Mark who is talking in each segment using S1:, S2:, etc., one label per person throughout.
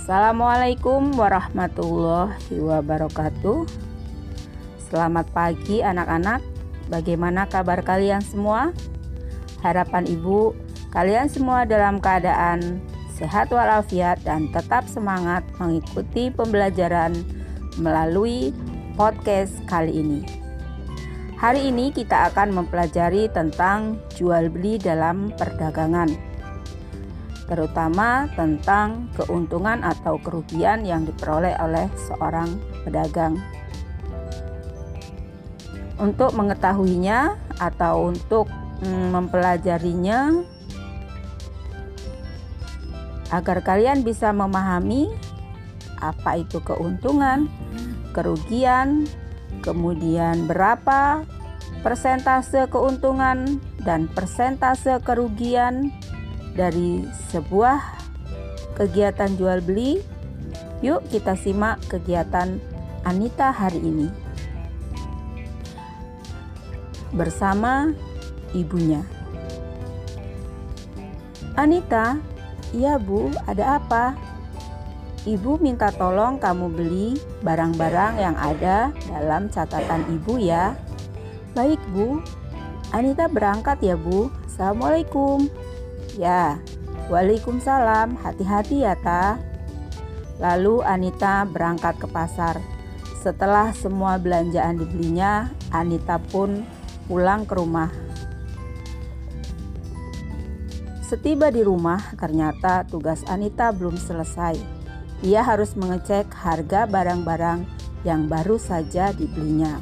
S1: Assalamualaikum warahmatullahi wabarakatuh. Selamat pagi anak-anak. Bagaimana kabar kalian semua? Harapan ibu, kalian semua dalam keadaan sehat walafiat dan tetap semangat mengikuti pembelajaran melalui podcast kali ini. Hari ini kita akan mempelajari tentang jual beli dalam perdagangan, terutama tentang keuntungan atau kerugian yang diperoleh oleh seorang pedagang. Untuk mengetahuinya atau untuk mempelajarinya, agar kalian bisa memahami apa itu keuntungan, kerugian, kemudian berapa persentase keuntungan dan persentase kerugian dari sebuah kegiatan jual beli. Yuk kita simak kegiatan Anita hari ini bersama ibunya. Anita, iya Bu, ada apa? Ibu minta tolong kamu beli barang-barang yang ada dalam catatan ibu ya. Baik Bu, Anita berangkat ya Bu. Assalamualaikum. Ya, waalaikumsalam, hati-hati ya Ta. Lalu Anita berangkat ke pasar. Setelah semua belanjaan dibelinya, Anita pun pulang ke rumah. Setiba di rumah, ternyata tugas Anita belum selesai. Ia harus mengecek harga barang-barang yang baru saja dibelinya.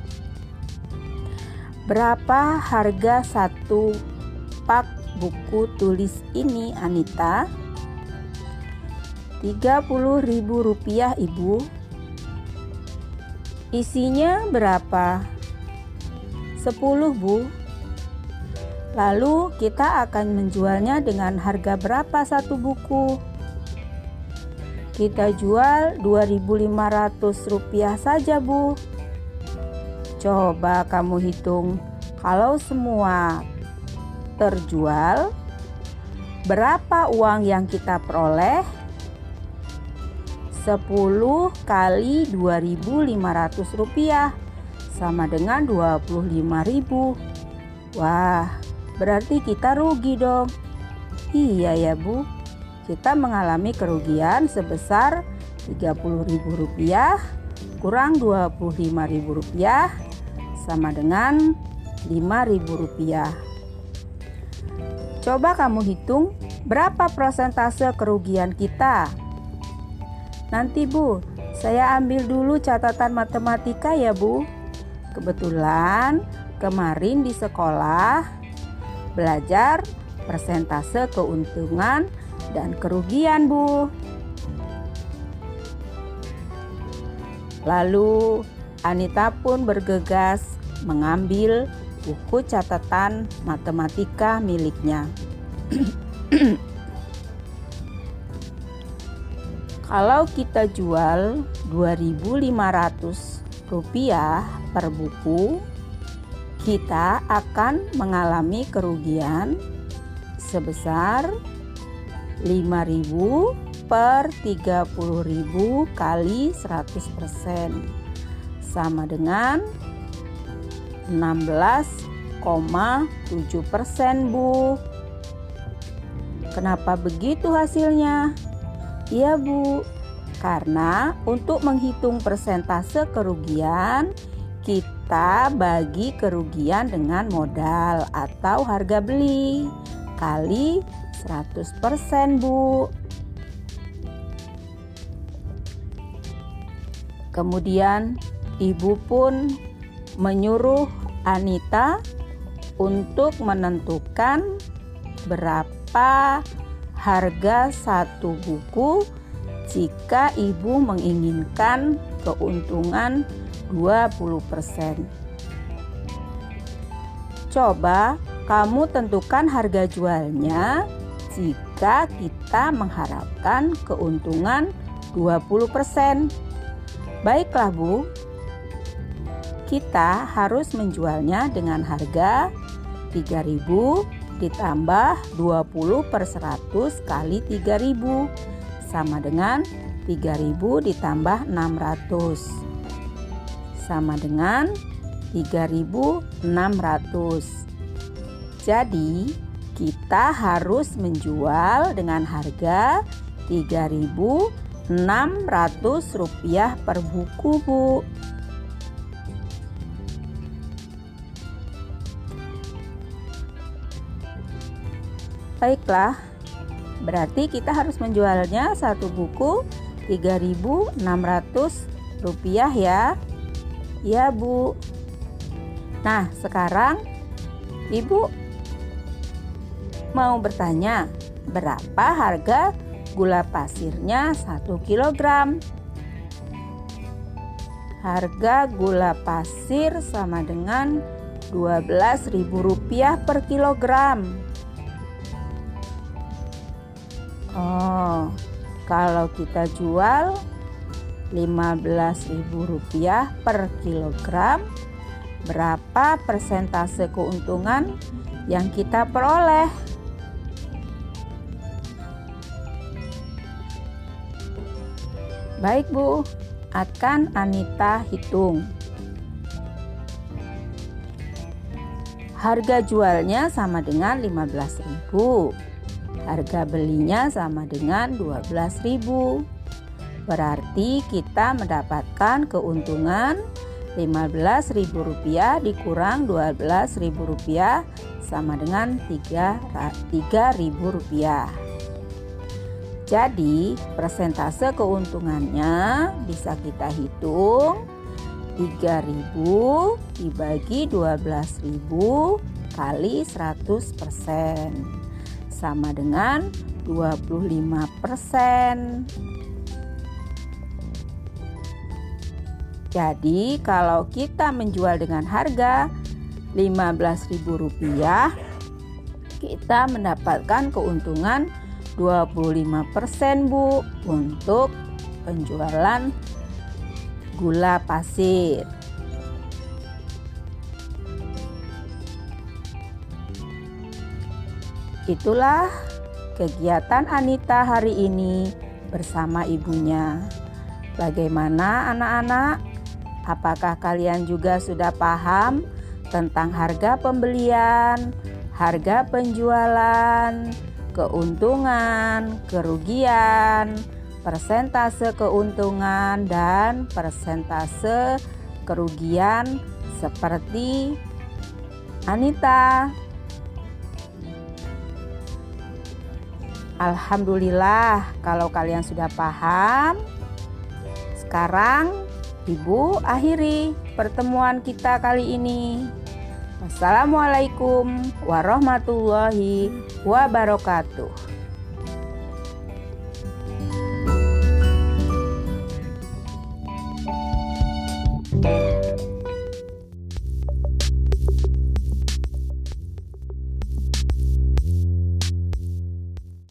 S1: Berapa harga satu pak buku tulis ini, Anita? Rp30.000 Ibu. Isinya berapa? 10 Bu. Lalu kita akan menjualnya dengan harga berapa satu buku? Kita jual Rp2.500 saja Bu. Coba kamu hitung, kalau semua terjual, berapa uang yang kita peroleh? 10 kali Rp2.500 sama dengan 25.000. Wah, berarti kita rugi dong. Iya ya Bu, kita mengalami kerugian sebesar Rp30.000 kurang Rp25.000 sama dengan Rp5.000. Coba kamu hitung berapa persentase kerugian kita. Nanti Bu, saya ambil dulu catatan matematika ya Bu. Kebetulan kemarin di sekolah belajar persentase keuntungan dan kerugian Bu. Lalu Anita pun bergegas mengambil buku catatan matematika miliknya. Kalau kita jual Rp2.500 per buku, kita akan mengalami kerugian sebesar 5.000 per 30.000 kali 100% sama dengan 16,7% Bu. Kenapa begitu hasilnya? Iya Bu, karena untuk menghitung persentase kerugian, kita bagi kerugian dengan modal atau harga beli kali 100% Bu. Kemudian ibu pun menyuruh Anita untuk menentukan berapa harga satu buku jika ibu menginginkan keuntungan 20%. Coba kamu tentukan harga jualnya jika kita mengharapkan keuntungan 20%. Baiklah Bu, kita harus menjualnya dengan harga 3.000 ditambah 20 per 100 kali 3.000 sama dengan 3.000 ditambah 600 sama dengan 3.600. Jadi kita harus menjual dengan harga Rp3.600 per buku, Bu. Baiklah, berarti kita harus menjualnya satu buku Rp3.600 ya. Ya, Bu. Nah, sekarang Ibu mau bertanya, berapa harga gula pasirnya 1 kg? Harga gula pasir sama dengan Rp12.000 per kilogram. Oh, kalau kita jual Rp15.000 per kilogram, berapa persentase keuntungan yang kita peroleh? Baik, Bu, akan Anita hitung. Harga jualnya sama dengan 15.000. Harga belinya sama dengan 12.000. Berarti kita mendapatkan keuntungan Rp15.000 dikurang Rp12.000 sama dengan Rp3.000. Jadi persentase keuntungannya bisa kita hitung 3.000 dibagi 12.000 kali 100% sama dengan 25%. Jadi kalau kita menjual dengan harga Rp15.000, kita mendapatkan keuntungan 25%, Bu, untuk penjualan gula pasir. Itulah kegiatan Anita hari ini bersama ibunya. Bagaimana anak-anak? Apakah kalian juga sudah paham tentang harga pembelian, harga penjualan, keuntungan, kerugian, persentase keuntungan, dan persentase kerugian seperti Anita? Alhamdulillah kalau kalian sudah paham. Sekarang Ibu akhiri pertemuan kita kali ini. Wassalamualaikum warahmatullahi wabarakatuh.